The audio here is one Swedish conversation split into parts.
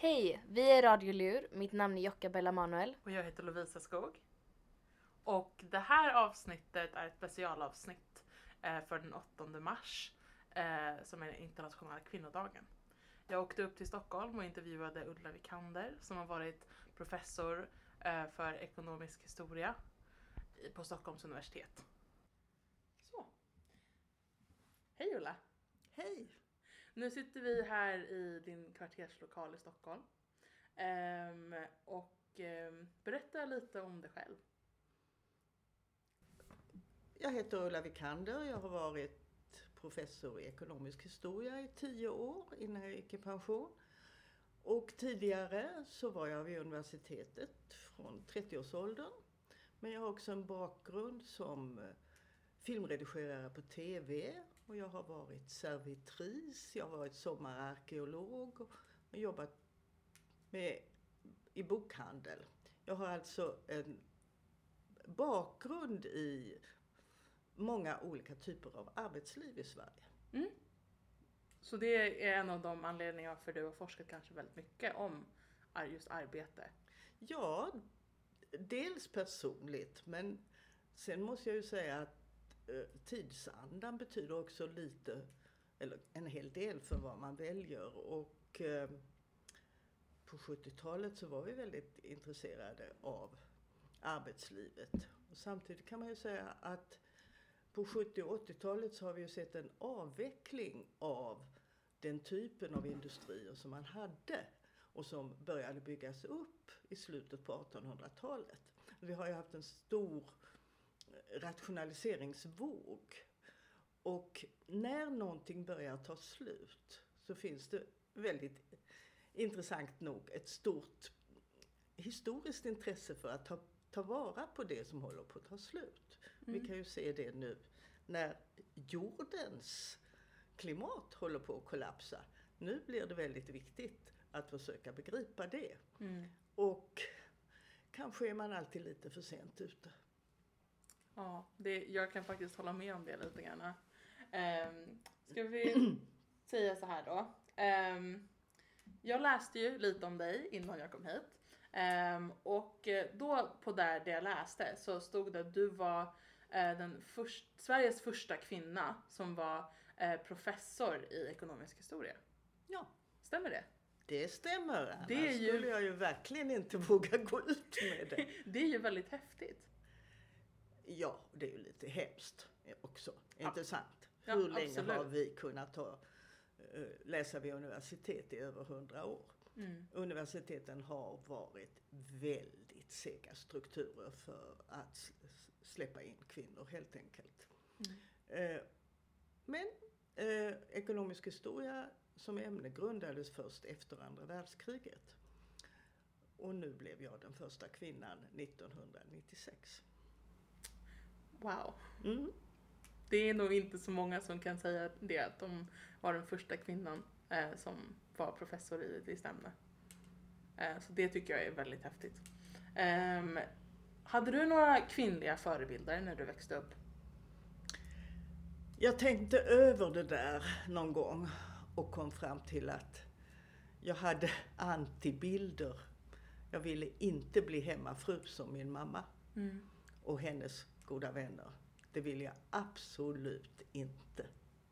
Hej, vi är Radio Lur. Mitt namn är Jocka Bella Manuel. Och jag heter Lovisa Skog. Och det här avsnittet är ett specialavsnitt för den 8 mars som är den internationella kvinnodagen. Jag åkte upp till Stockholm och intervjuade Ulla Wikander som har varit professor för ekonomisk historia på Stockholms universitet. Så. Hej Ulla! Hej! Nu sitter vi här i din kvarterslokal i Stockholm. Berätta lite om dig själv. Jag heter Ulla Wikander. Jag har varit professor i ekonomisk historia i 10 år innan jag gick i pension. Och tidigare så var jag vid universitetet från 30-årsåldern. Men jag har också en bakgrund som filmredigerare på tv. Och jag har varit servitris, jag har varit sommararkeolog och jobbat i bokhandel. Jag har alltså en bakgrund i många olika typer av arbetsliv i Sverige. Mm. Så det är en av de anledningar för att du har forskat kanske väldigt mycket om just arbete? Ja, dels personligt, men sen måste jag ju säga att tidsandan betyder också lite, eller en hel del för vad man väljer. Och på 70-talet så var vi väldigt intresserade av arbetslivet. Och samtidigt kan man ju säga att på 70- och 80-talet så har vi ju sett en avveckling av den typen av industrier som man hade och som började byggas upp i slutet på 1800-talet. Vi har ju haft en stor rationaliseringsvåg. Och när någonting börjar ta slut så finns det väldigt intressant nog ett stort historiskt intresse för att ta vara på det som håller på att ta slut. Vi kan ju se det nu när jordens klimat håller på att kollapsa. Nu blir det väldigt viktigt att försöka begripa det. Och kanske är man alltid lite för sent ute. Ja, jag kan faktiskt hålla med om det lite grann. Ska vi säga så här då. Jag läste ju lite om dig innan jag kom hit. Och då på det jag läste så stod det att du var Sveriges första kvinna som var professor i ekonomisk historia. Ja. Stämmer det? Det stämmer. Annars Det är ju... skulle jag ju verkligen inte våga gå ut med det. Det är ju väldigt häftigt. Ja, det är ju lite hemskt också. Intressant. Ja, Hur länge absolut. har vi kunnat läsa vid universitet i över 100 år? Universiteten har varit väldigt sega strukturer för att släppa in kvinnor helt enkelt. Men ekonomisk historia som ämne grundades först efter andra världskriget. Och nu blev jag den första kvinnan 1996. Wow. Det är nog inte så många som kan säga det, att de var den första kvinnan som var professor i ett visst ämne. Så det tycker jag är väldigt häftigt. Hade du några kvinnliga förebilder när du växte upp? Jag tänkte över det där någon gång och kom fram till att jag hade antibilder. Jag ville inte bli hemmafru som min mamma och hennes goda vänner. Det vill jag absolut inte.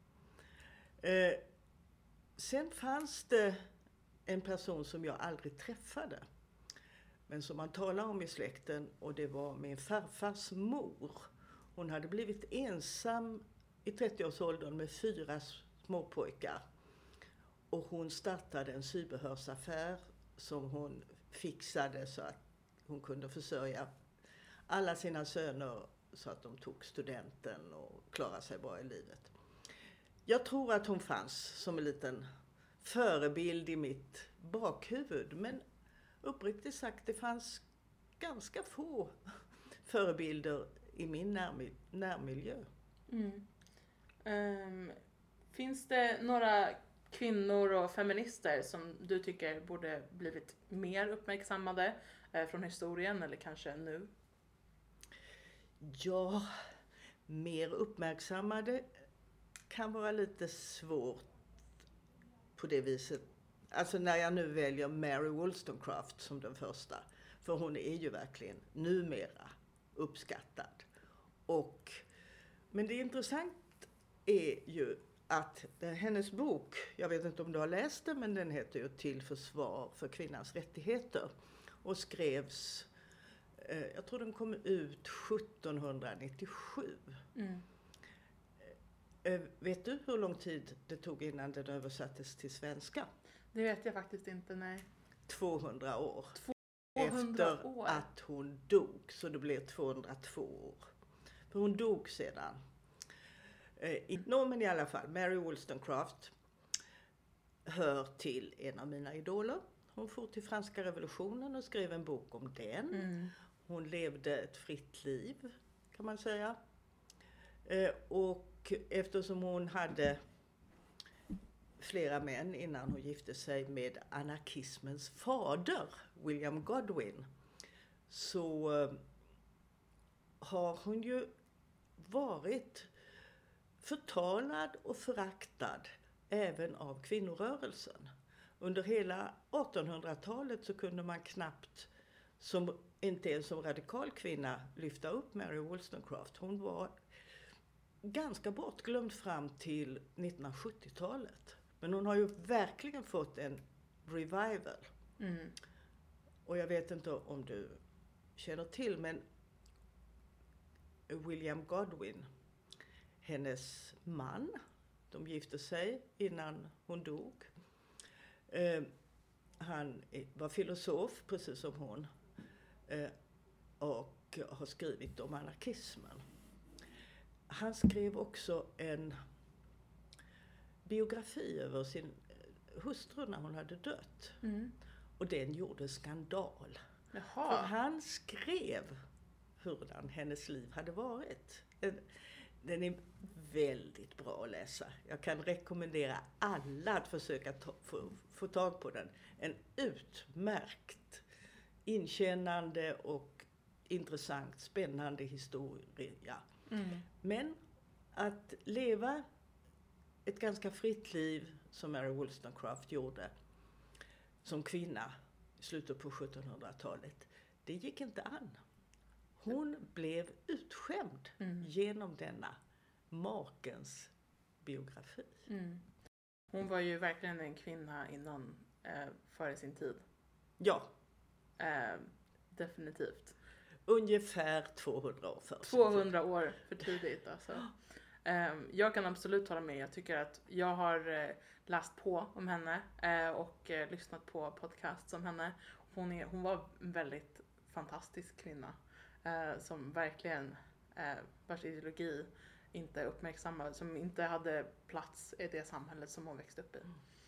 Sen fanns det en person som jag aldrig träffade. Men som man talar om i släkten, och det var min farfars mor. Hon hade blivit ensam i 30-årsåldern med 4 småpojkar. Och hon startade en sybehörsaffär som hon fixade så att hon kunde försörja alla sina söner så att de tog studenten och klarade sig bra i livet. Jag tror att hon fanns som en liten förebild i mitt bakhuvud, men uppriktigt sagt det fanns ganska få förebilder i min närmiljö. Finns det några kvinnor och feminister som du tycker borde blivit mer uppmärksammade från historien eller kanske nu? Ja, mer uppmärksammade kan vara lite svårt på det viset alltså när jag nu väljer Mary Wollstonecraft som den första. För hon är ju verkligen numera uppskattad. Men det intressant är ju att hennes bok, jag vet inte om du har läst den, men den heter ju Till försvar för kvinnans rättigheter. Och skrevs, jag tror den kom ut 1797. Vet du hur lång tid det tog innan den översattes till svenska? Det vet jag faktiskt inte, nej. 200 år. 200 efter år. att hon dog, så det blev 202 år. För hon dog sedan. Men i alla fall, Mary Wollstonecraft hör till en av mina idoler. Hon for till franska revolutionen och skrev en bok om den. Hon levde ett fritt liv, kan man säga. Och eftersom hon hade flera män innan hon gifte sig med anarkismens fader, William Godwin, så har hon ju varit förtalad och föraktad även av kvinnorörelsen. Under hela 1800-talet så kunde man knappt, inte ens som radikal kvinna, lyfta upp Mary Wollstonecraft. Hon var ganska bortglömd fram till 1970-talet. Men hon har ju verkligen fått en revival. Och jag vet inte om du känner till, men William Godwin, hennes man, de gifte sig innan hon dog. Han var filosof, precis som hon, och har skrivit om anarkismen. Han skrev också en biografi över sin hustru när hon hade dött. Och den gjorde skandal. Jaha. För han skrev hurdan hennes liv hade varit. Den är väldigt bra att läsa. Jag kan rekommendera alla att försöka få tag på den. En utmärkt, inkännande och intressant, spännande historia. Men att leva ett ganska fritt liv som Mary Wollstonecraft gjorde som kvinna i slutet på 1700-talet, det gick inte an. Hon blev utskämd genom denna makens biografi. Hon var ju verkligen en kvinna före sin tid. Ja. Definitivt. Ungefär 200 år för. 200 år för tidigt alltså. Jag kan absolut hålla med. Jag tycker att jag har läst på om henne och lyssnat på podcasts om henne. Hon var en väldigt fantastisk kvinna som verkligen vars ideologi inte uppmärksammad, som inte hade plats i det samhället som hon växte upp i.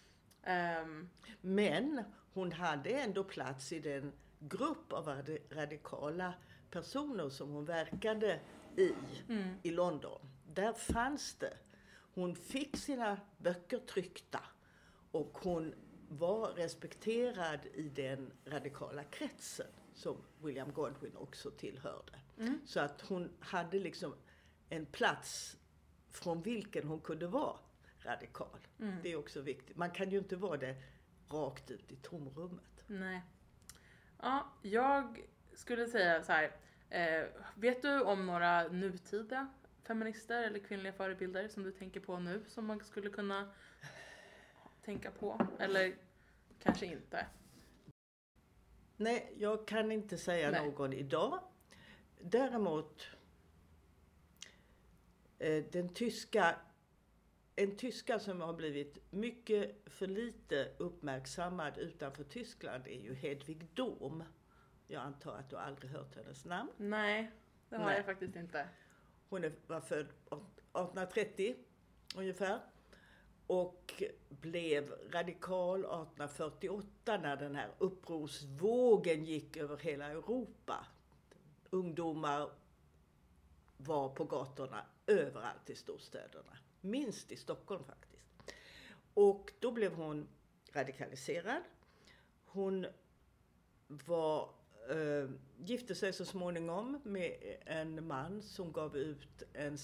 Men hon hade ändå plats i den grupp av radikala personer som hon verkade i London. Där fanns det. Hon fick sina böcker tryckta och hon var respekterad i den radikala kretsen som William Godwin också tillhörde. Så att hon hade liksom en plats från vilken hon kunde vara radikal. Det är också viktigt. Man kan ju inte vara det rakt ut i tomrummet. Nej. Ja, jag skulle säga så här. Vet du om några nutida feminister eller kvinnliga förebilder som du tänker på nu som man skulle kunna tänka på? Eller kanske inte? Nej, jag kan inte säga någon idag. Däremot en tyska som har blivit mycket för lite uppmärksammad utanför Tyskland är ju Hedvig Dohm. Jag antar att du aldrig hört hennes namn. Nej, det har jag faktiskt inte. Hon var född 1830 ungefär och blev radikal 1848 när den här upprorsvågen gick över hela Europa. Ungdomar var på gatorna överallt i storstäderna. Minst i Stockholm faktiskt. Och då blev hon radikaliserad. Hon gifte sig så småningom med en man som gav ut en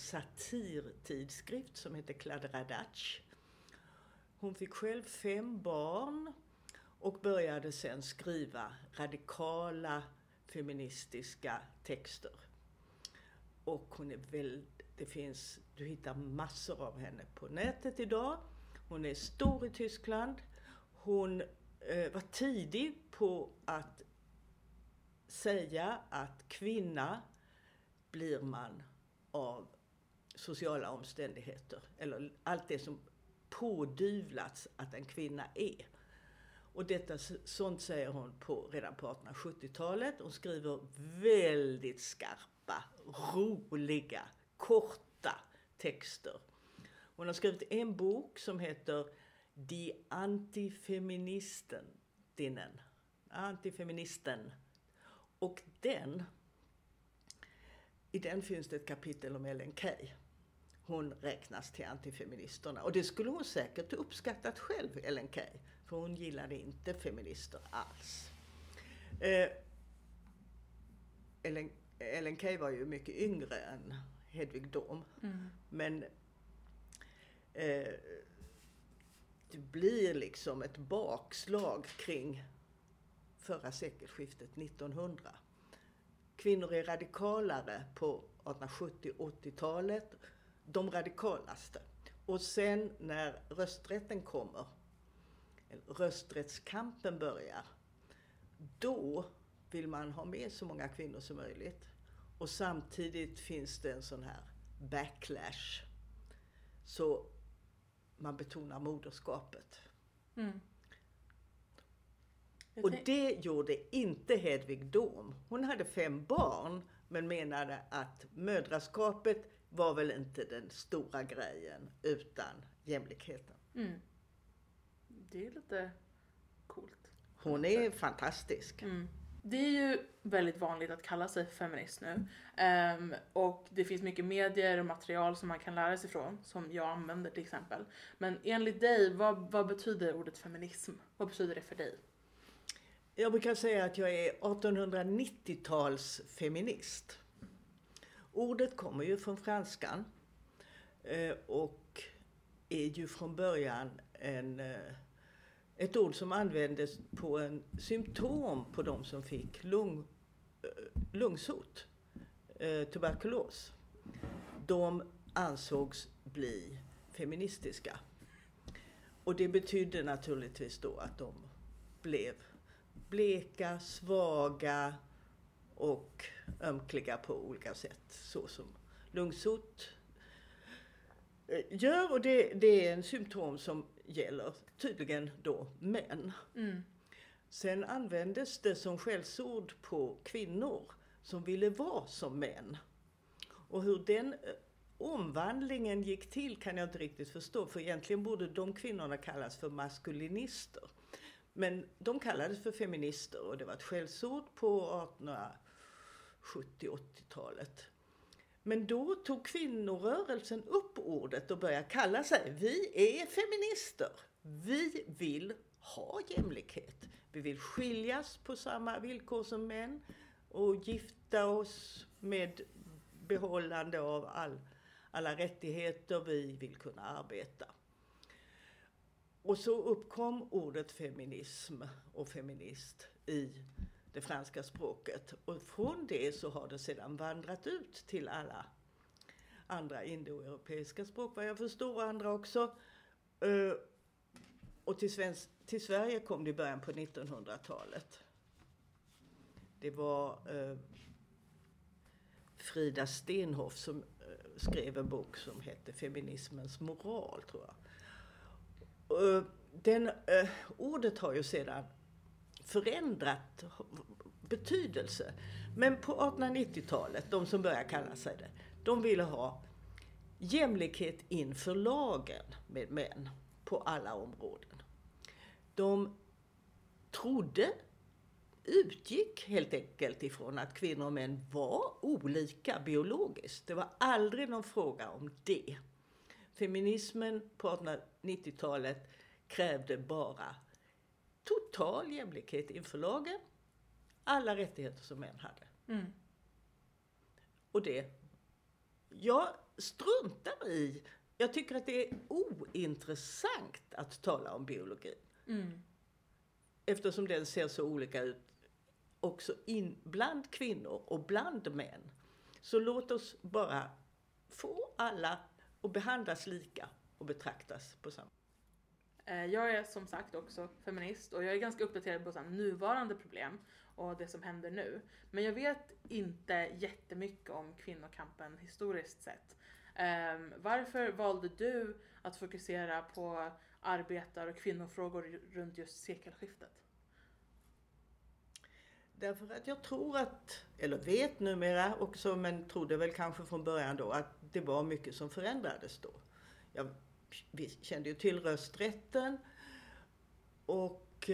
satirtidskrift som heter Kladderadatsch. Hon fick själv 5 barn och började sen skriva radikala feministiska texter. Och hon är du hittar massor av henne på nätet idag. Hon är stor i Tyskland. Hon var tidig på att säga att kvinna blir man av sociala omständigheter. Eller allt det som pådyvlats att en kvinna är. Och sånt säger hon redan på 1870-talet. Hon skriver väldigt skarpa, roliga, korta texter. Hon har skrivit en bok som heter Die Antifeministen. Och i den finns det ett kapitel om Ellen Key. Hon räknas till antifeministerna. Och det skulle hon säkert uppskattat själv, Ellen Key. För hon gillade inte feminister alls. Ellen Key var ju mycket yngre än Hedvig Dohm. Men det blir liksom ett bakslag kring förra sekelskiftet 1900. Kvinnor är radikalare på 1870-80-talet. De radikalaste. Och sen när rösträtten kommer, rösträttskampen börjar, då vill man ha med så många kvinnor som möjligt. Och samtidigt finns det en sån här backlash. Så man betonar moderskapet. Och det gjorde inte Hedvig Dohm. Hon hade 5 barn men menade att mödraskapet var väl inte den stora grejen utan jämlikheten. Det är lite coolt. Hon är fantastisk. Det är ju väldigt vanligt att kalla sig feminist nu. Och det finns mycket medier och material som man kan lära sig från. Som jag använder till exempel. Men enligt dig, vad betyder ordet feminism? Vad betyder det för dig? Jag brukar säga att jag är 1890-tals feminist. Ordet kommer ju från franskan. Och är ju från början ett ord som användes på en symptom på de som fick lungsot, tuberkulos. De ansågs bli feministiska. Och det betydde naturligtvis då att de blev bleka, svaga och ömkliga på olika sätt. Så som lungsot gör, och det är en symptom som gäller tydligen då män. Sen användes det som skällsord på kvinnor som ville vara som män. Och hur den omvandlingen gick till kan jag inte riktigt förstå, för egentligen borde de kvinnorna kallas för maskulinister. Men de kallades för feminister och det var ett skällsord på 1870-80-talet. Men då tog kvinnorörelsen upp ordet och började kalla sig: vi är feminister. Vi vill ha jämlikhet. Vi vill skiljas på samma villkor som män och gifta oss med behållande av alla rättigheter. Vi vill kunna arbeta. Och så uppkom ordet feminism och feminist i det franska språket. Och från det så har det sedan vandrat ut till alla andra indoeuropeiska språk, vad jag förstår, och andra också. Och till Sverige kom det i början på 1900-talet. Det var Frida Stenhoff som skrev en bok som hette Feminismens moral, tror jag. Ordet har ju sedan förändrat betydelse. Men på 1890-talet, de som började kalla sig det, de ville ha jämlikhet inför lagen med män på alla områden. De utgick helt enkelt ifrån att kvinnor och män var olika biologiskt. Det var aldrig någon fråga om det. Feminismen på 1890-talet krävde bara total jämlikhet inför lagen. Alla rättigheter som män hade. Och jag struntar i. Jag tycker att det är ointressant att tala om biologi. eftersom den ser så olika ut också bland kvinnor och bland män. Så låt oss bara få alla att behandlas lika och betraktas på samma. Jag är som sagt också feminist och jag är ganska uppdaterad på nuvarande problem och det som händer nu. Men jag vet inte jättemycket om kvinnokampen historiskt sett. Varför valde du att fokusera på arbetar- och kvinnofrågor runt just sekelskiftet? Därför att jag tror att, eller vet numera också, men trodde väl kanske från början då, att det var mycket som förändrades då. Vi kände ju till rösträtten och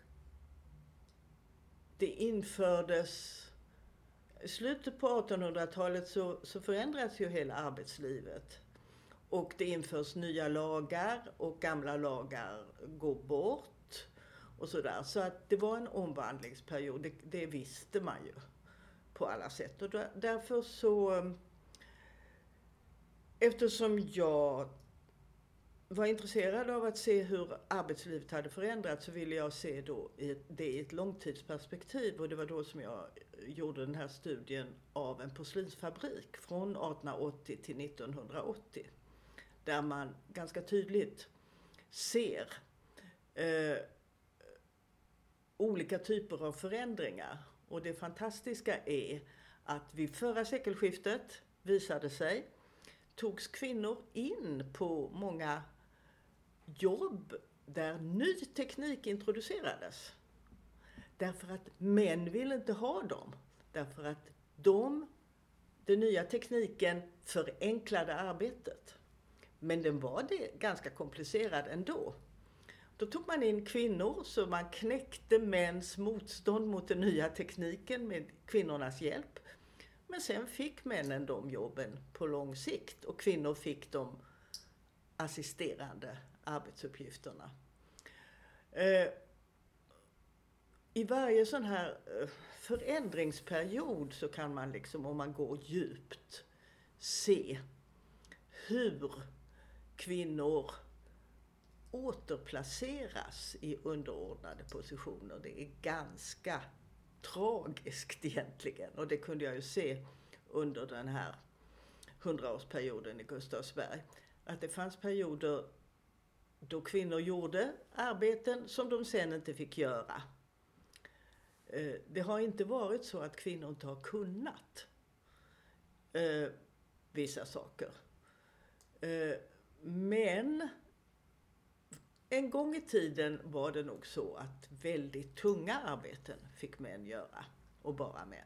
det infördes, i slutet på 1800-talet så förändrades ju hela arbetslivet. Och det införs nya lagar och gamla lagar går bort och sådär. Så att det var en omvandlingsperiod, det visste man ju på alla sätt. Och därför så, eftersom jag var intresserad av att se hur arbetslivet hade förändrats så ville jag se då det i ett långtidsperspektiv. Och det var då som jag gjorde den här studien av en porslinsfabrik från 1880 till 1980. Där man ganska tydligt ser olika typer av förändringar. Och det fantastiska är att vid förra sekelskiftet visade sig togs kvinnor in på många jobb där ny teknik introducerades. Därför att män ville inte ha dem. Därför att den nya tekniken förenklade arbetet. Men den var ganska komplicerad ändå. Då tog man in kvinnor så man knäckte mäns motstånd mot den nya tekniken med kvinnornas hjälp. Men sen fick männen de jobben på lång sikt och kvinnor fick de assisterande arbetsuppgifterna. I varje sån här förändringsperiod så kan man liksom, om man går djupt, se hur kvinnor återplaceras i underordnade positioner. Det är ganska tragiskt egentligen. Och det kunde jag ju se under den här 100-årsperioden i Gustavsberg. Att det fanns perioder då kvinnor gjorde arbeten som de sen inte fick göra. Det har inte varit så att kvinnor inte har kunnat vissa saker. Men en gång i tiden var det nog så att väldigt tunga arbeten fick män göra. Och bara män.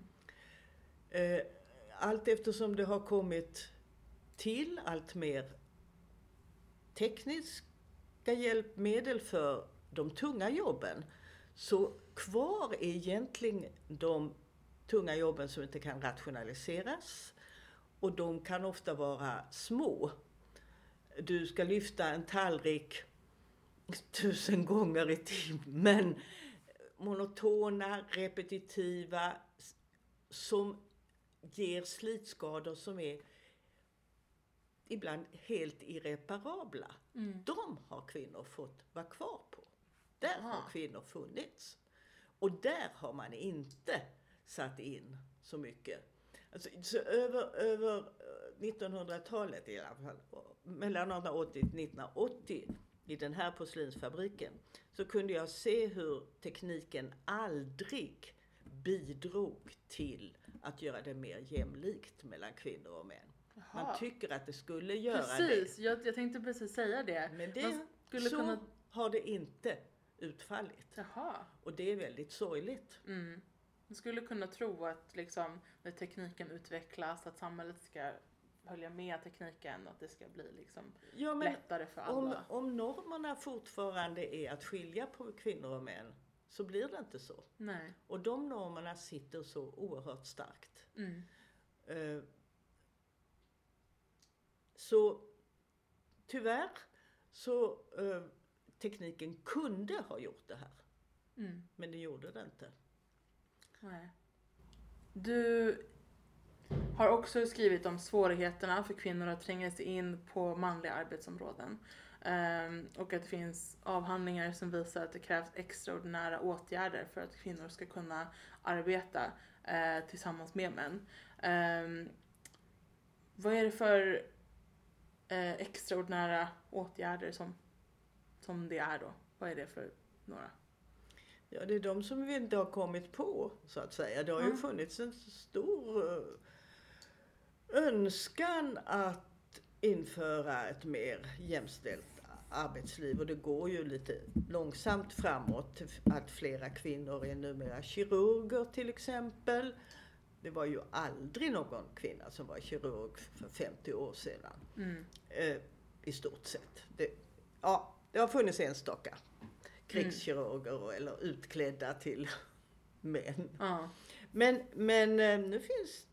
Allt eftersom det har kommit till allt mer tekniska hjälpmedel för de tunga jobben. Så kvar är egentligen de tunga jobben som inte kan rationaliseras. Och de kan ofta vara små. Du ska lyfta en tallrik 1000 gånger i timmen. Monotona, repetitiva, som ger slitskador som är ibland helt irreparabla. De har kvinnor fått vara kvar på. Där har kvinnor funnits. Och där har man inte satt in så mycket. Alltså, så över 1900-talet i alla fall, mellan 1980 till 1980 i den här porslinsfabriken, så kunde jag se hur tekniken aldrig bidrog till att göra det mer jämlikt mellan kvinnor och män. Man tycker att det skulle göra precis. det. Jag tänkte precis säga det. Men Man har det inte utfallit. Jaha. Och det är väldigt sorgligt. Man skulle kunna tro att liksom, när tekniken utvecklas, att samhället ska följa med tekniken och att det ska bli liksom lättare för alla. Om normerna fortfarande är att skilja på kvinnor och män så blir det inte så. Nej. Och de normerna sitter så oerhört starkt. Så tyvärr så tekniken kunde ha gjort det här. Men det gjorde det inte. Nej. Du har också skrivit om svårigheterna för kvinnor att tränga sig in på manliga arbetsområden. Och att det finns avhandlingar som visar att det krävs extraordinära åtgärder för att kvinnor ska kunna arbeta tillsammans med män. Vad är det för extraordinära åtgärder som det är då? Vad är det för några? Ja, det är de som vi inte har kommit på, så att säga. Det har ju funnits en stor önskan att införa ett mer jämställt arbetsliv. Och det går ju lite långsamt framåt. Att flera kvinnor är numera kirurger till exempel. Det var ju aldrig någon kvinna som var kirurg för 50 år sedan. I stort sett. Det har funnits enstaka krigskirurger eller utklädda till män. Men nu finns...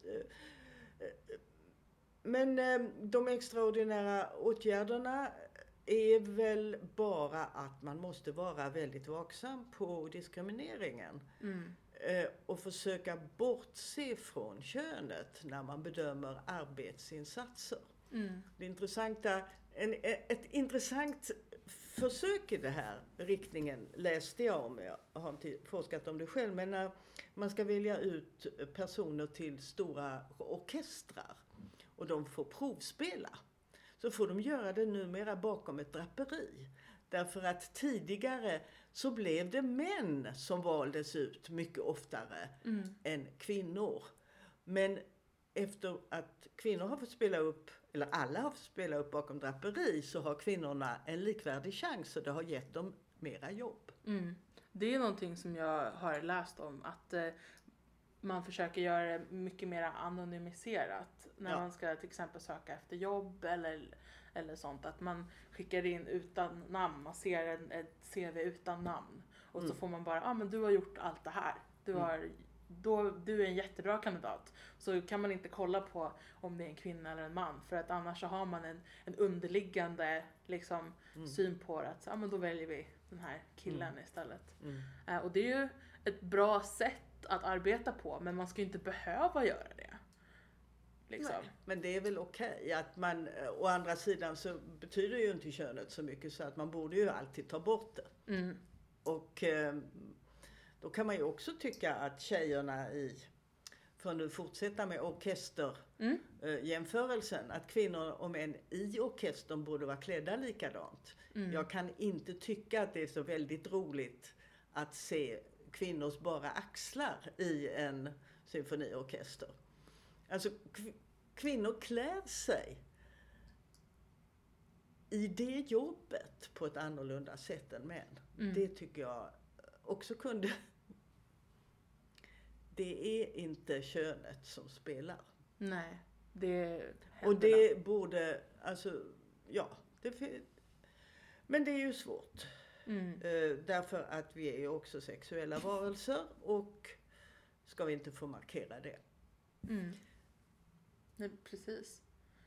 Men de extraordinära åtgärderna är väl bara att man måste vara väldigt vaksam på diskrimineringen. Och försöka bortse från könet när man bedömer arbetsinsatser. Det intressanta, ett intressant försök i den här riktningen läste jag om. Jag har inte forskat om det själv, men när man ska välja ut personer till stora orkestrar och de får provspela, så får de göra det numera bakom ett draperi. Därför att tidigare så blev det män som valdes ut mycket oftare än kvinnor. Men efter att kvinnor har fått spela upp, eller alla har fått spela upp bakom draperi, så har kvinnorna en likvärdig chans och det har gett dem mera jobb. Det är någonting som jag har läst om, att man försöker göra det mycket mer anonymiserat när man ska till exempel söka efter jobb eller sånt, att man skickar in utan namn, man ser ett CV utan namn och så får man bara, men du har gjort allt det här, du är en jättebra kandidat. Så kan man inte kolla på om det är en kvinna eller en man, för att annars så har man en underliggande liksom, syn på det, att men då väljer vi den här killen istället. Och det är ju ett bra sätt att arbeta på, men man ska ju inte behöva göra det. Liksom. Nej, men det är väl okej att man, å andra sidan så betyder ju inte könet så mycket, så att man borde ju alltid ta bort det. Och då kan man ju också tycka att tjejerna för att nu fortsätta med orkesterjämförelsen, att kvinnor och män i orkestern borde vara klädda likadant. Jag kan inte tycka att det är så väldigt roligt att se kvinnors bara axlar i en symfoniorkester. Alltså kvinnor klär sig i det jobbet på ett annorlunda sätt än män. Det tycker jag också kunde... Det är inte könet som spelar. Nej, det och det borde, alltså, men det är ju svårt. Därför att vi är ju också sexuella varelser och ska vi inte få markera det. Nej, precis.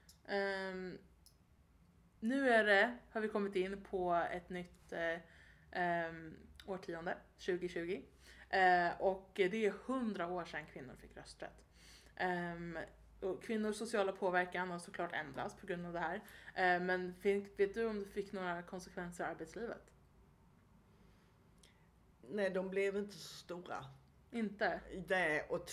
Nu har vi kommit in på ett nytt årtionde, 2020. Och det är 100 år sedan kvinnor fick rösträtt. Och kvinnors sociala påverkan har såklart ändrats på grund av det här. Men vet du om det fick några konsekvenser i arbetslivet? Nej, de blev inte så stora. Inte? Nej, och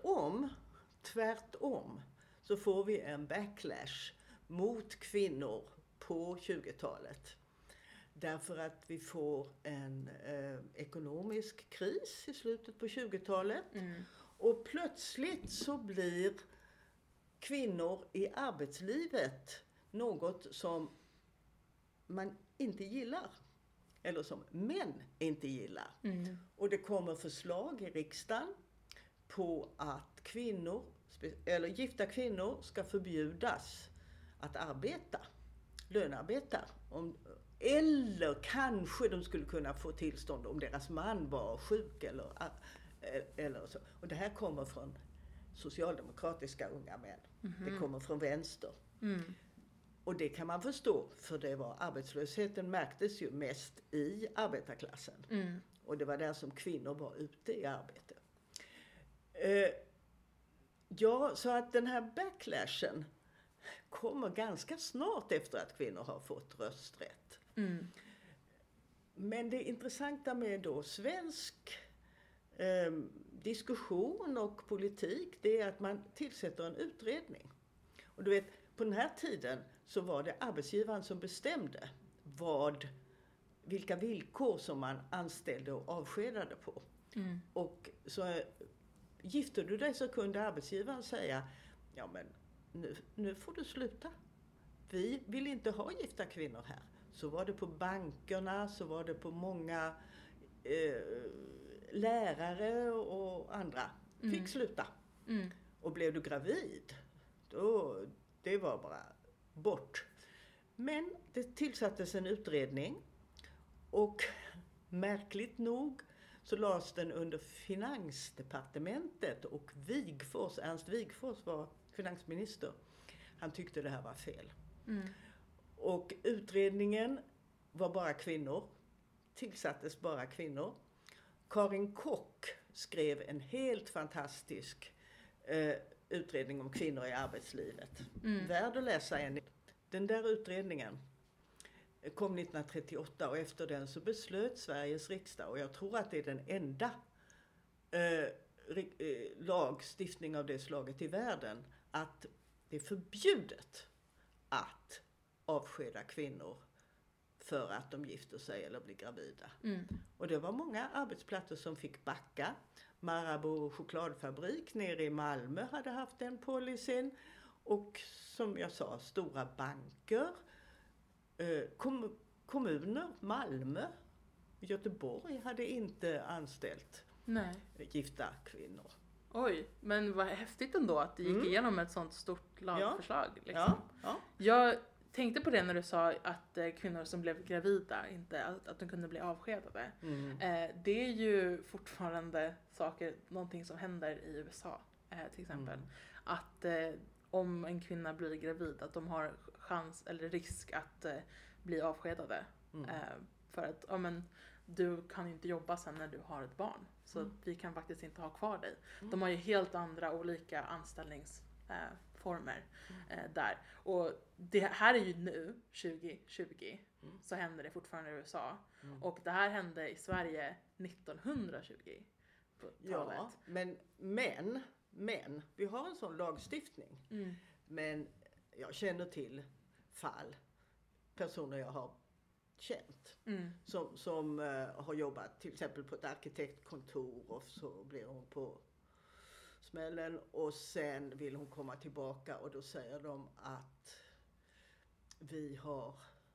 tvärtom så får vi en backlash mot kvinnor på 20-talet. Därför att vi får en ekonomisk kris i slutet på 20-talet. Och plötsligt så blir kvinnor i arbetslivet något som man inte gillar. Eller som män inte gillar. Och det kommer förslag i riksdagen på att gifta kvinnor ska förbjudas att arbeta, lönearbeta. Eller kanske de skulle kunna få tillstånd om deras man var sjuk eller så. Och det här kommer från socialdemokratiska unga män. Det kommer från vänster. Och det kan man förstå, för arbetslösheten märktes ju mest i arbetarklassen. Och det var där som kvinnor var ute i arbete. Så att den här backlashen kommer ganska snart efter att kvinnor har fått rösträtt. Men det intressanta med då svensk diskussion och politik, det är att man tillsätter en utredning. Och du vet, på den här tiden så var det arbetsgivaren som bestämde vilka villkor som man anställde och avskedade på. Och så gifter du dig så kunde arbetsgivaren säga, ja men nu får du sluta. Vi vill inte ha gifta kvinnor här. Så var det på bankerna, så var det på många lärare och andra fick sluta. Och blev du gravid, det var bara bort. Men det tillsattes en utredning och märkligt nog så lades den under Finansdepartementet och Ernst Wigforss var finansminister. Han tyckte det här var fel. Och utredningen var bara kvinnor, tillsattes bara kvinnor. Karin Kock skrev en helt fantastisk utredning om kvinnor i arbetslivet. Värd att läsa en. Den där utredningen kom 1938 och efter den så beslöt Sveriges riksdag, och jag tror att det är den enda lagstiftning av det slaget i världen, att det är förbjudet att avskeda kvinnor för att de gifter sig eller blir gravida. Och det var många arbetsplatser som fick backa. Marabou chokladfabrik nere i Malmö hade haft den policyn. Och som jag sa, stora banker, kommuner, Malmö, Göteborg hade inte anställt gifta kvinnor. Oj, men vad häftigt ändå att det gick igenom ett sånt stort lagförslag. Ja, Liksom. ja. Jag tänkte på det när du sa att kvinnor som blev gravida, inte att de kunde bli avskedade. Det är ju fortfarande någonting som händer i USA till exempel. Att om en kvinna blir gravid, att de har chans eller risk att bli avskedade. För att du kan inte jobba sen när du har ett barn. Så vi kan faktiskt inte ha kvar dig. De har ju helt andra olika anställningsformer där. Och det här är ju nu, 2020, så händer det fortfarande i USA. Och det här hände i Sverige 1920 på talet. Ja, men vi har en sån lagstiftning. Men jag känner till personer jag har känt som har jobbat till exempel på ett arkitektkontor och så blir hon på smällen och sen vill hon komma tillbaka och då säger de att vi har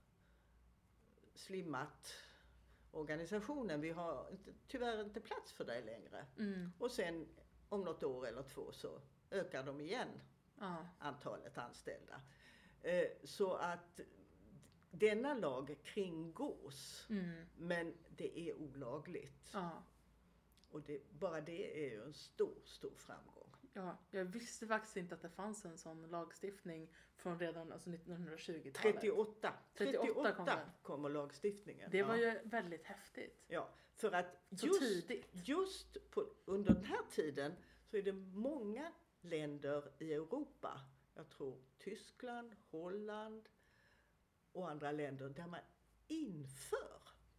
slimmat organisationen, vi har tyvärr inte plats för dig längre. Och sen om något år eller 2 så ökar de igen antalet anställda. Så att denna lag kringgås, men det är olagligt. Och bara det är ju en stor framgång. Ja, jag visste faktiskt inte att det fanns en sån lagstiftning från redan 1920-talet. 38 kommer lagstiftningen. Det var ju väldigt häftigt. Ja, för att just under den här tiden så är det många länder i Europa, jag tror Tyskland, Holland och andra länder, där man inför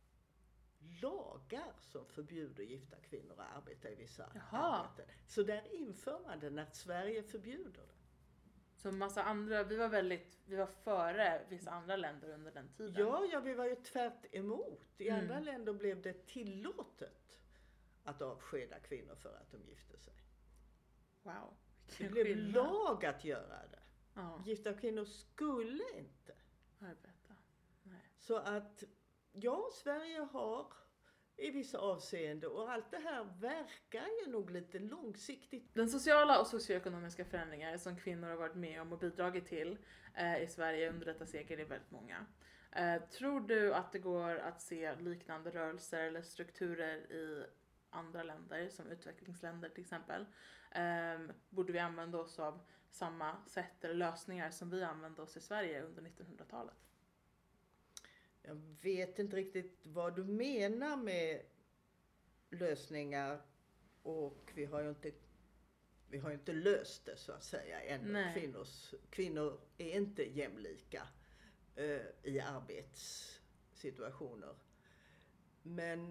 lagar som förbjuder gifta kvinnor att arbeta i vissa arbeten. Så där inför man det när Sverige förbjuder det. Så massa andra, vi var före vissa andra länder under den tiden. Ja, vi var ju tvärt emot. I andra länder blev det tillåtet att avskeda kvinnor för att de gifte sig. Wow. Det blev lag att göra det. Gifta kvinnor skulle inte arbeta. Nej. Så att Sverige har i vissa avseenden och allt det här verkar ju nog lite långsiktigt. Den sociala och socioekonomiska förändringar som kvinnor har varit med om och bidragit till i Sverige under detta sekel är väldigt många. Tror du att det går att se liknande rörelser eller strukturer i andra länder som utvecklingsländer till exempel? Borde vi använda oss av samma sätt eller lösningar som vi använde oss i Sverige under 1900-talet? Jag vet inte riktigt vad du menar med lösningar och vi har ju inte vi har inte löst det så att säga ännu. Nej. Kvinnor är inte jämlika i arbetssituationer. Men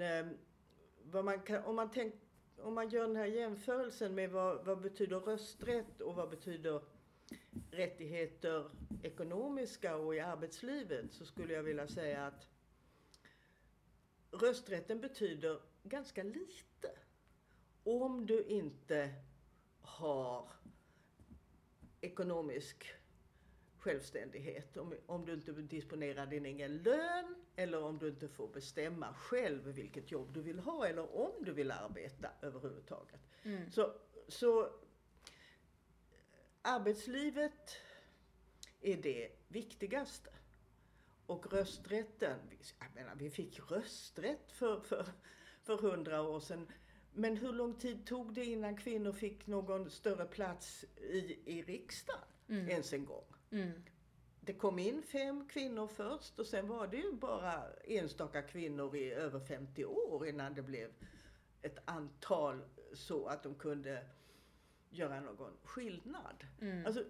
om man gör den här jämförelsen med vad betyder rösträtt och vad betyder rättigheter ekonomiska och i arbetslivet, så skulle jag vilja säga att rösträtten betyder ganska lite om du inte har ekonomisk självständighet. Om du inte disponerar din egen lön eller om du inte får bestämma själv vilket jobb du vill ha eller om du vill arbeta överhuvudtaget. Så arbetslivet är det viktigaste. Och rösträtten, vi fick rösträtt för 100 år sedan. Men hur lång tid tog det innan kvinnor fick någon större plats i riksdagen ens en gång? Det kom in 5 kvinnor först och sen var det ju bara enstaka kvinnor i över 50 år innan det blev ett antal så att de kunde göra någon skillnad. Alltså,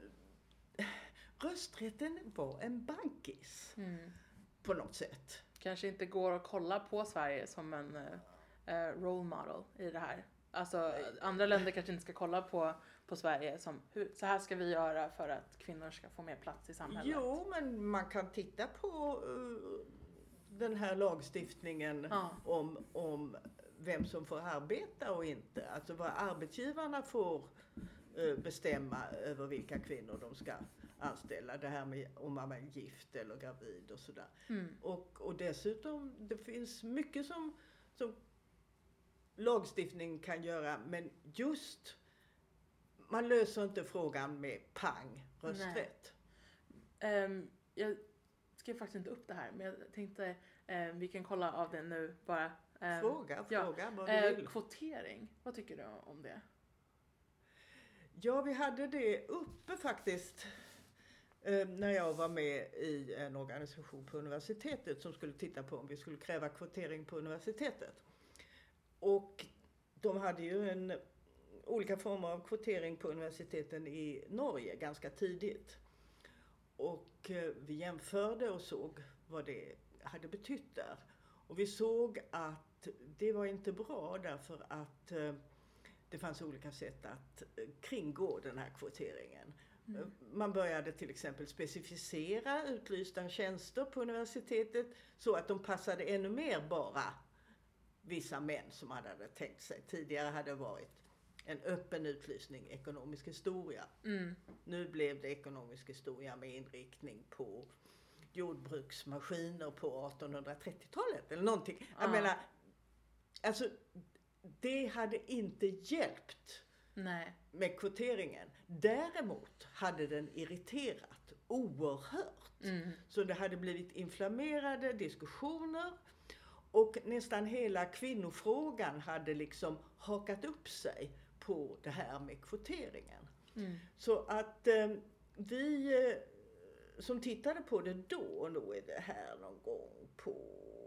rösträtten var en bankis på något sätt. Kanske inte går att kolla på Sverige som en role model i det här. Alltså andra länder kanske inte ska kolla på Sverige som så här ska vi göra för att kvinnor ska få mer plats i samhället. Jo, men man kan titta på den här lagstiftningen om vem som får arbeta och inte. Alltså vad arbetsgivarna får bestämma över vilka kvinnor de ska anställa. Det här med om man är gift eller gravid och sådär. Och dessutom, det finns mycket som lagstiftning kan göra, men just man löser inte frågan med rösträtt. Jag skrev faktiskt inte upp det här, men jag tänkte vi kan kolla av det nu bara. Fråga vad du vill. Kvotering, vad tycker du om det? Ja, vi hade det uppe faktiskt när jag var med i en organisation på universitetet som skulle titta på om vi skulle kräva kvotering på universitetet. Och de hade ju olika former av kvotering på universiteten i Norge ganska tidigt. Och vi jämförde och såg vad det hade betytt där. Och vi såg att det var inte bra därför att det fanns olika sätt att kringgå den här kvoteringen. Man började till exempel specificera utlysta tjänster på universitetet så att de passade ännu mer bara vissa män som man hade tänkt sig. Tidigare hade det varit en öppen utlysning, ekonomisk historia. Nu blev det ekonomisk historia med inriktning på jordbruksmaskiner på 1830-talet eller någonting. Jag menar, alltså det hade inte hjälpt med kvoteringen. Däremot hade den irriterat oerhört. Så det hade blivit inflammerade diskussioner och nästan hela kvinnofrågan hade liksom hakat upp sig på det här med kvoteringen. Så att vi som tittade på det då är det här någon gång på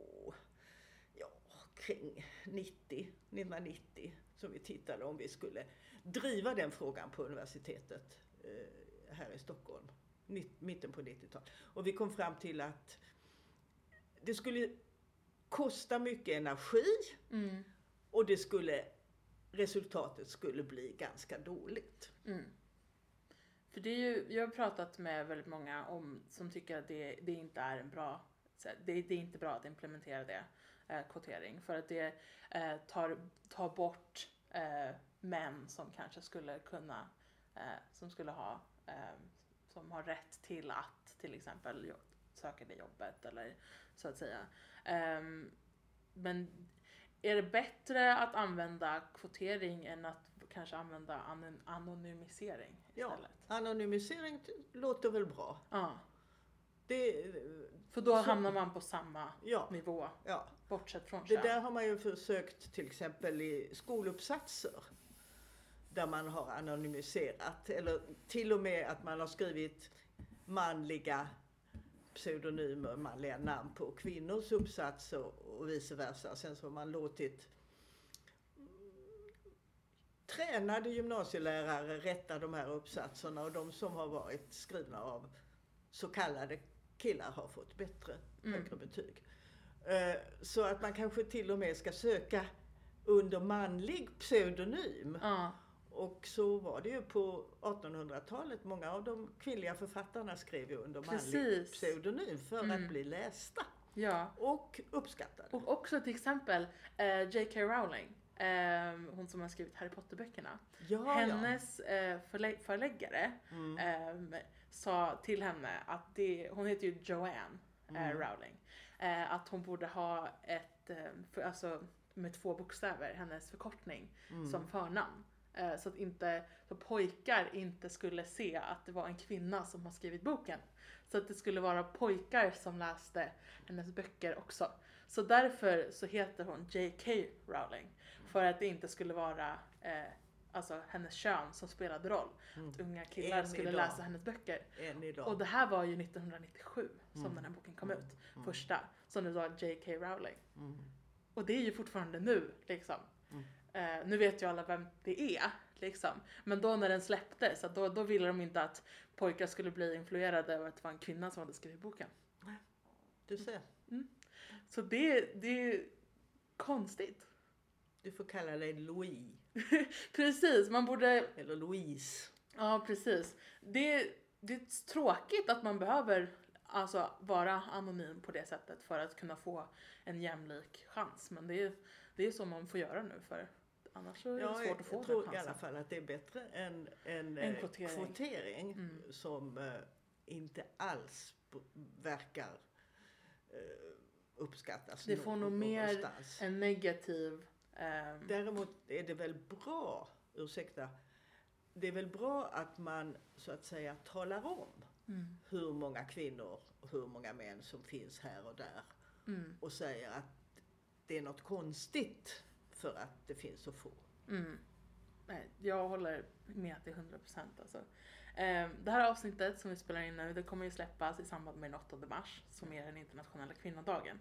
kring 1990 som vi tittade om vi skulle driva den frågan på universitetet här i Stockholm, mitten på 90-talet. Och vi kom fram till att det skulle kosta mycket energi och resultatet skulle bli ganska dåligt. För det är ju, jag har pratat med väldigt många som tycker att det inte är en bra, det är inte bra att implementera det, kvotering, för att det tar bort män som kanske skulle kunna, som skulle ha, som har rätt till att till exempel söka det jobbet eller så att säga. Men är det bättre att använda kvotering än att kanske använda anonymisering istället? Ja, anonymisering låter väl bra. Ja. För då hamnar man på samma nivå, bortsett från det där har man ju försökt till exempel i skoluppsatser där man har anonymiserat eller till och med att man har skrivit manliga pseudonymer, manliga namn på kvinnors uppsatser och vice versa. Sen så har man låtit tränade gymnasielärare rättar de här uppsatserna och de som har varit skrivna av så kallade killar har fått bättre, högre betyg. Så att man kanske till och med ska söka under manlig pseudonym. Och så var det ju på 1800-talet. Många av de kvinnliga författarna skrev ju under manlig pseudonym för att bli lästa. Ja. Och uppskattade. Och också till exempel J.K. Rowling. Hon som har skrivit Harry Potter-böckerna. Hennes förläggare sa till henne att hon heter ju Joanne Rowling. Att hon borde ha alltså med 2 bokstäver, hennes förkortning som förnamn. Så att pojkar inte skulle se att det var en kvinna som har skrivit boken. Så att det skulle vara pojkar som läste hennes böcker också. Så därför så heter hon J.K. Rowling. För att det inte skulle vara alltså hennes kön som spelade roll. Att unga killar skulle läsa hennes böcker. Och det här var ju 1997 som den här boken kom ut. Första. Som det var J.K. Rowling. Och det är ju fortfarande nu liksom. Nu vet ju alla vem det är liksom. Men då när den släpptes, då ville de inte att pojkar skulle bli influerade av att det var en kvinna som hade skrivit boken. Du ser. Så det är konstigt. Du får kalla dig Louis. Precis, man borde... Eller Louise. Ja, precis. Det är tråkigt att man behöver alltså vara anonym på det sättet för att kunna få en jämlik chans. Men det är så man får göra nu, för annars så är det svårt att få den chansen. Jag tror i alla fall att det är bättre än en kvotering som inte alls verkar uppskattas. Det får nog mer en negativ... Däremot är det väl bra, det är väl bra att man så att säga talar om hur många kvinnor och hur många män som finns här och där. Och säger att det är något konstigt för att det finns så få. Nej, jag håller med till 100%. Alltså. Det här avsnittet som vi spelar in nu, det kommer ju släppas i samband med den 8 mars som är den internationella kvinnodagen.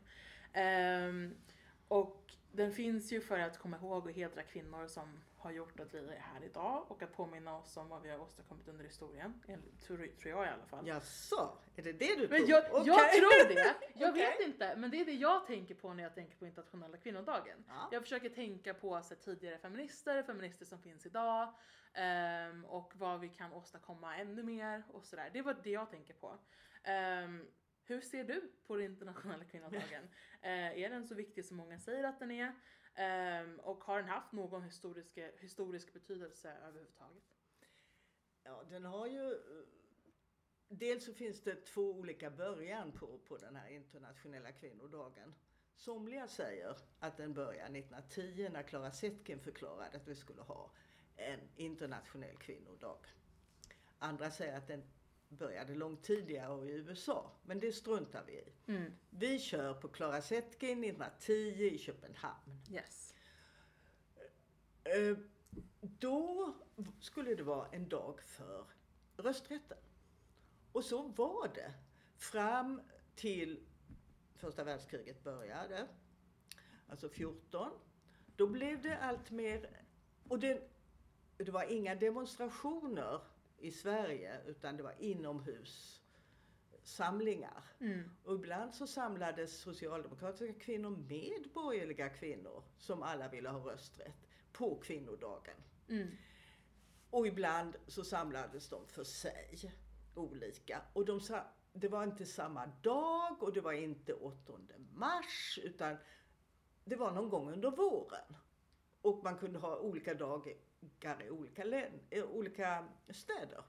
Och den finns ju för att komma ihåg och hedra kvinnor som har gjort att vi är här idag och att påminna oss om vad vi har åstadkommit under historien. Tror jag i alla fall. Jaså, är det det du tror? Men jag tror det. Jag vet inte, men det är det jag tänker på när jag tänker på internationella kvinnodagen. Ja. Jag försöker tänka på tidigare feminister som finns idag och vad vi kan åstadkomma ännu mer och sådär. Det var det jag tänker på. Hur ser du på den internationella kvinnodagen? Är den så viktig som många säger att den är? Och har den haft någon historisk betydelse överhuvudtaget? Ja, den har ju... Dels så finns det 2 olika början på den här internationella kvinnodagen. Somliga säger att den börjar 1910 när Clara Zetkin förklarade att vi skulle ha en internationell kvinnodag. Andra säger att den började långt tidigare i USA, men det struntar vi i. Vi kör på Clara Zetkin 1910 i Köpenhamn. Yes. Då skulle det vara en dag för rösträtten. Och så var det fram till första världskriget började, alltså 14. Då blev det allt mer, och det var inga demonstrationer i Sverige utan det var inomhussamlingar. Och ibland så samlades socialdemokratiska kvinnor med borgerliga kvinnor som alla ville ha rösträtt på kvinnodagen. Och ibland så samlades de för sig olika. Och det var inte samma dag och det var inte 8 mars utan det var någon gång under våren. Och man kunde ha olika dagar i olika städer.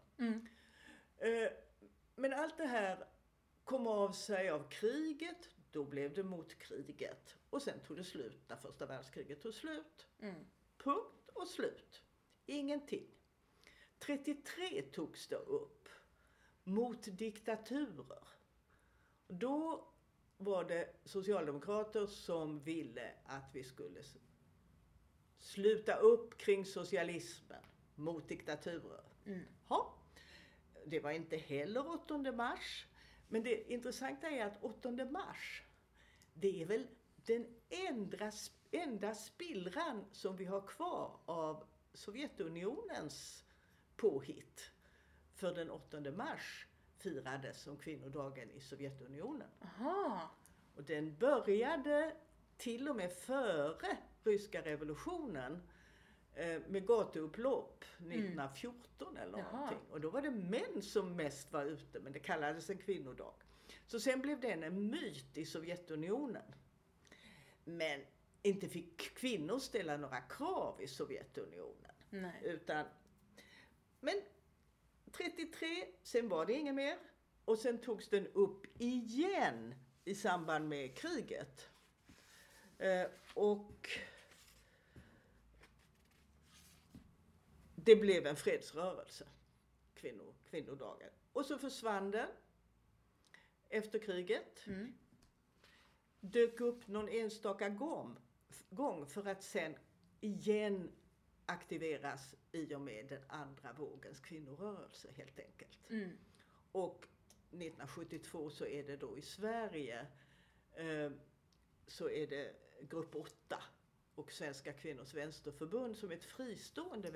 Men allt det här kom av sig av kriget. Då blev det mot kriget. Och sen tog det slut när första världskriget tog slut. Punkt och slut. Ingenting. 33 togs det upp mot diktaturer. Då var det socialdemokrater som ville att vi skulle sluta upp kring socialismen mot diktaturer. Ja, det var inte heller 8 mars. Men det intressanta är att 8 mars, det är väl den enda spillran som vi har kvar av Sovjetunionens påhitt. För den 8 mars firades som kvinnodagen i Sovjetunionen. Aha. Och den började till och med före ryska revolutionen med gateupplopp 1914 eller någonting. Och då var det män som mest var ute, men det kallades en kvinnodag. Så sen blev den en myt i Sovjetunionen. Men inte fick kvinnor ställa några krav i Sovjetunionen. Nej. Men 33, sen var det inget mer. Och sen togs den upp igen i samband med kriget. Och det blev en fredsrörelse, kvinnodagen. Och så försvann den efter kriget. Dök upp någon enstaka gång för att sen igen aktiveras i och med den andra vågens kvinnorörelse helt enkelt. Och 1972 så är det då i Sverige så är det grupp 8 och Svenska kvinnors vänsterförbund som ett fristående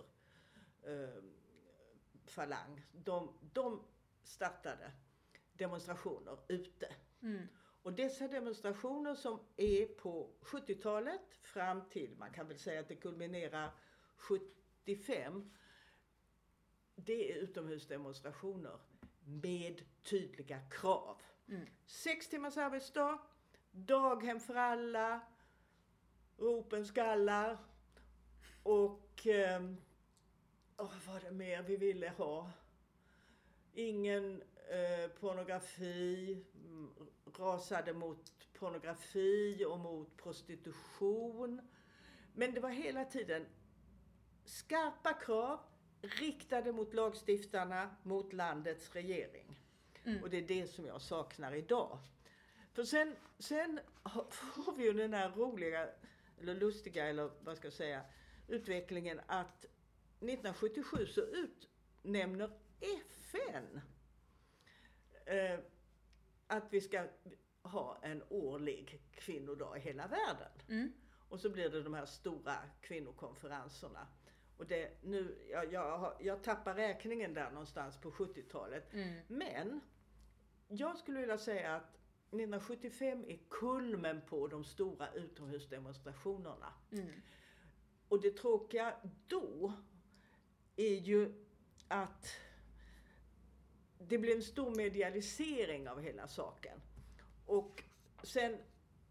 vänsterfalang. De startade demonstrationer ute. Och dessa demonstrationer som är på 70-talet fram till, man kan väl säga att det kulminerar 75, det är utomhusdemonstrationer med tydliga krav. 6 timmars arbetsdag, daghem för alla, ropen skallar och vad var det mer vi ville ha? Ingen pornografi, rasade mot pornografi och mot prostitution. Men det var hela tiden skarpa krav riktade mot lagstiftarna, mot landets regering. Och det är det som jag saknar idag. För sen får vi ju den här roliga, eller lustiga, eller vad ska jag säga, utvecklingen att 1977 så utnämner FN att vi ska ha en årlig kvinnodag i hela världen. Och så blir det de här stora kvinnokonferenserna. Och det, nu, jag tappar räkningen där någonstans på 70-talet. Men jag skulle vilja säga att 1975 är kulmen på de stora utomhusdemonstrationerna. Och det tråkiga då är ju att det blev en stor medialisering av hela saken. Och sen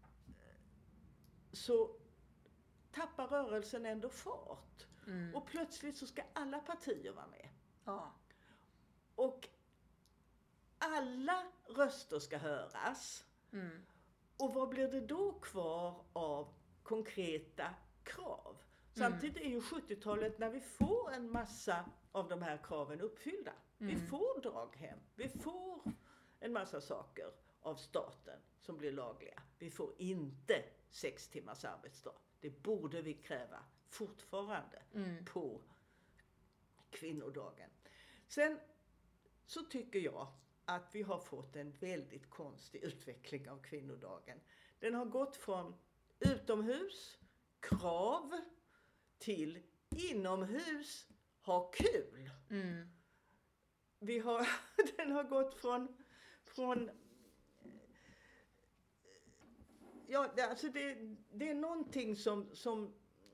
så tappar rörelsen ändå fart. Och plötsligt så ska alla partier vara med. Ja. Och alla röster ska höras. Och vad blir det då kvar av konkreta krav? Samtidigt är ju 70-talet när vi får en massa av de här kraven uppfyllda. Vi får daghem, vi får en massa saker av staten som blir lagliga. Vi får inte 6 timmars arbetsdag. Det borde vi kräva fortfarande på kvinnodagen. Sen så tycker jag att vi har fått en väldigt konstig utveckling av kvinnodagen. Den har gått från utomhus, krav, till inomhus, ha kul. Den har gått från ja, alltså det är någonting som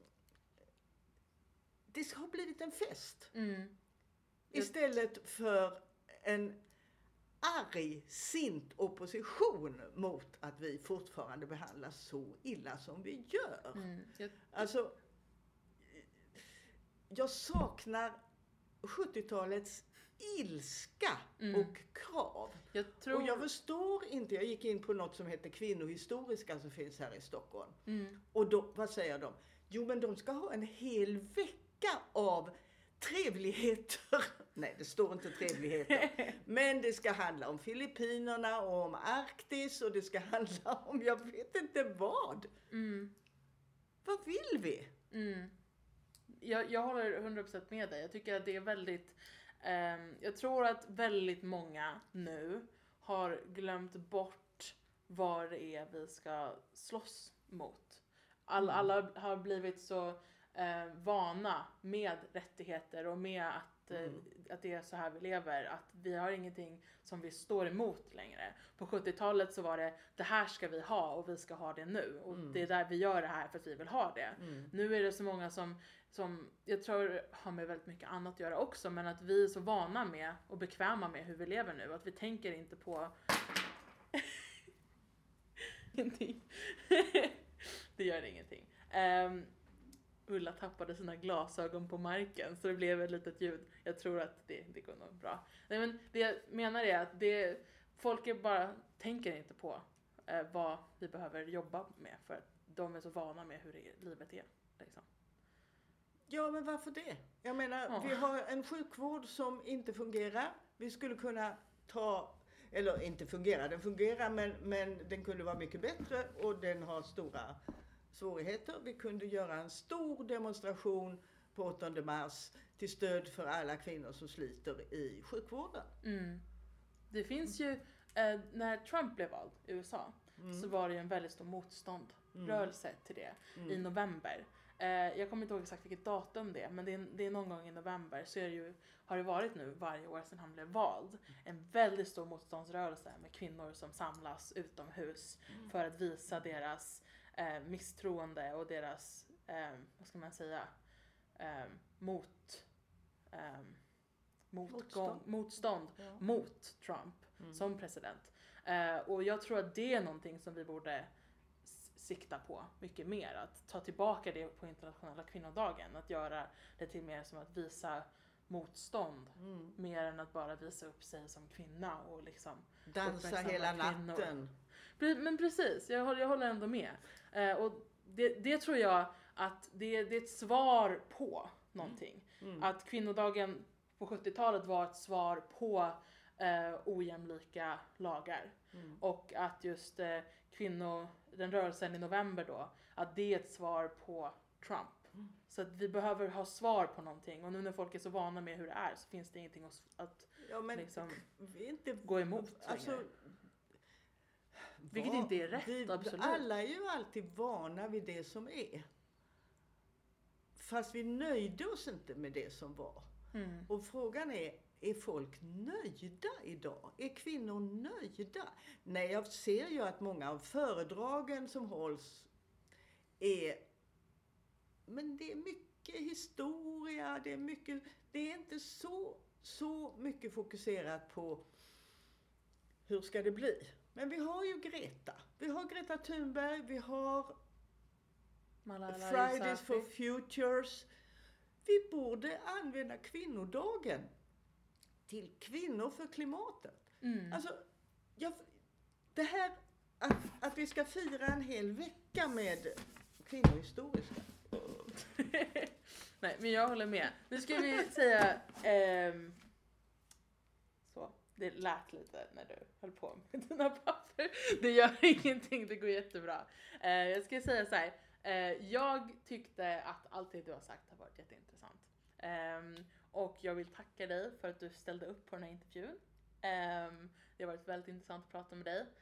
det har blivit en fest. Istället för en argsint opposition mot att vi fortfarande behandlas så illa som vi gör. Alltså, jag saknar 70-talets ilska och krav. Och jag förstår inte, jag gick in på något som heter Kvinnohistoriska som finns här i Stockholm. Och då, vad säger de? Jo, men de ska ha en hel vecka av trevligheter. Nej, det står inte trevligheter. Men det ska handla om Filippinerna och om Arktis och det ska handla om, jag vet inte vad. Vad vill vi? Jag håller 100% med dig. Jag tycker att det är väldigt... jag tror att väldigt många nu har glömt bort vad det är vi ska slåss mot. Alla har blivit så vana med rättigheter och med att det är så här vi lever. Att vi har ingenting som vi står emot längre. På 70-talet så var det här ska vi ha och vi ska ha det nu. Och det är där vi gör det här för att vi vill ha det. Nu är det så många som jag tror har med väldigt mycket annat att göra också. Men att vi är så vana med och bekväma med hur vi lever nu. Att vi tänker inte på... Ingenting. Det gör ingenting. Ulla tappade sina glasögon på marken så det blev ett litet ljud. Jag tror att det går nog bra. Nej, men det jag menar är att folk tänker inte på vad vi behöver jobba med för att de är så vana med hur livet är. Liksom. Ja, men varför det? Jag menar, vi har en sjukvård som inte fungerar. Vi skulle kunna eller inte fungerar, den fungerar men den kunde vara mycket bättre och den har stora svårigheter. Vi kunde göra en stor demonstration på 8 mars till stöd för alla kvinnor som sliter i sjukvården. Det finns ju, när Trump blev vald i USA så var det ju en väldigt stor motståndrörelse till det i november. Jag kommer inte ihåg exakt vilket datum det är, men det är någon gång i november så har det varit nu varje år sedan han blev vald. En väldigt stor motståndsrörelse med kvinnor som samlas utomhus för att visa deras misstroende och deras, vad ska man säga, motstånd mot Trump som president. Och jag tror att det är någonting som vi borde sikta på mycket mer. Att ta tillbaka det på internationella kvinnodagen. Att göra det till mer som att visa motstånd. Mer än att bara visa upp sig som kvinna och liksom dansa hela natten. Men precis, jag håller ändå med. Och det tror jag att det är ett svar på någonting. Att kvinnodagen på 70-talet var ett svar på ojämlika lagar. Och att just den rörelsen i november då, att det är ett svar på Trump. Så att vi behöver ha svar på någonting. Och nu när folk är så vana med hur det är så finns det ingenting att liksom, gå emot. Alltså, vilket inte är rätt, absolut. Alla är ju alltid vana vid det som är. Fast vi nöjde oss inte med det som var. Och frågan är folk nöjda idag? Är kvinnor nöjda? Nej, jag ser ju att många av föredragen som hålls men det är mycket historia, det är inte så mycket fokuserat på hur ska det bli. Men vi har ju Greta Thunberg, vi har Malala Fridays Yousafzai. for Futures. Vi borde använda kvinnodagen till kvinnor för klimatet. Alltså, det här att vi ska fira en hel vecka med kvinnohistoriska. Nej, men jag håller med. Nu ska vi säga så. Det lät lite när du höll på med dina papper. Det gör ingenting, det går jättebra. Jag ska säga så här. Jag tyckte att allt det du har sagt har varit jätteintressant. Och jag vill tacka dig för att du ställde upp på den här intervjun. Det har varit väldigt intressant att prata med dig.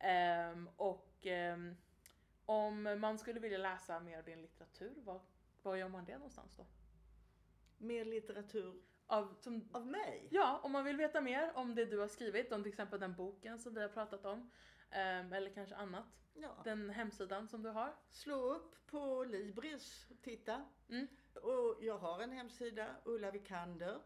Om man skulle vilja läsa mer av din litteratur, var gör man det någonstans då? Mer litteratur av mig? Ja, om man vill veta mer om det du har skrivit, om till exempel den boken som vi har pratat om. Eller kanske annat. Ja. Den hemsidan som du har. Slå upp på Libris och titta. Och jag har en hemsida, Ulla Vikander,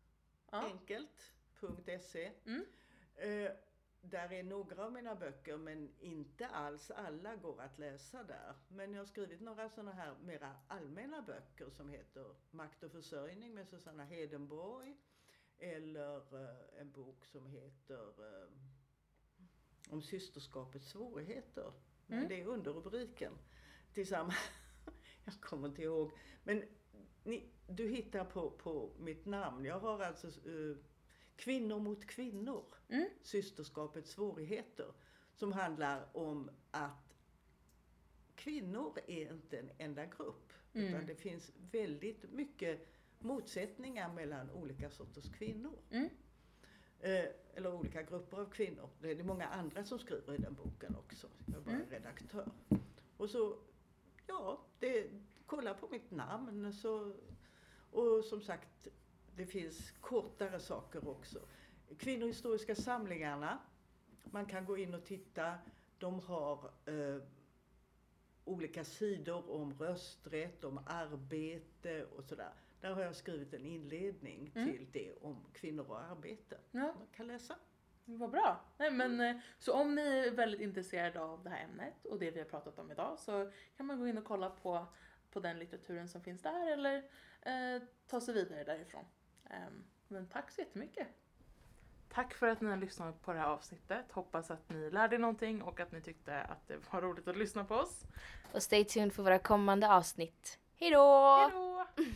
enkelt.se. Där är några av mina böcker, men inte alls alla går att läsa där. Men jag har skrivit några sådana här mera allmänna böcker som heter Makt och försörjning med Susanna Hedenborg. Eller en bok som heter Om systerskapets svårigheter. Det är underrubriken. Tillsammans, jag kommer inte ihåg. Men du hittar på mitt namn. Jag har alltså Kvinnor mot kvinnor. Systerskapets svårigheter. Som handlar om att kvinnor är inte en enda grupp. Utan det finns väldigt mycket motsättningar mellan olika sorters kvinnor. Eller olika grupper av kvinnor. Det är många andra som skriver i den boken också. Jag är bara redaktör. Och så, kolla på mitt namn. Och som sagt, det finns kortare saker också. Kvinnohistoriska samlingarna, man kan gå in och titta. De har olika sidor om rösträtt, om arbete och sådär. Där har jag skrivit en inledning till det om kvinnor och arbete. Ja. Man kan läsa. Vad bra. Nej, men, så om ni är väldigt intresserade av det här ämnet och det vi har pratat om idag så kan man gå in och kolla på den litteraturen som finns där eller ta sig vidare därifrån. Men tack så jättemycket. Tack för att ni har lyssnat på det här avsnittet. Hoppas att ni lärde er någonting och att ni tyckte att det var roligt att lyssna på oss. Och stay tuned för våra kommande avsnitt. Hej då! Hej då!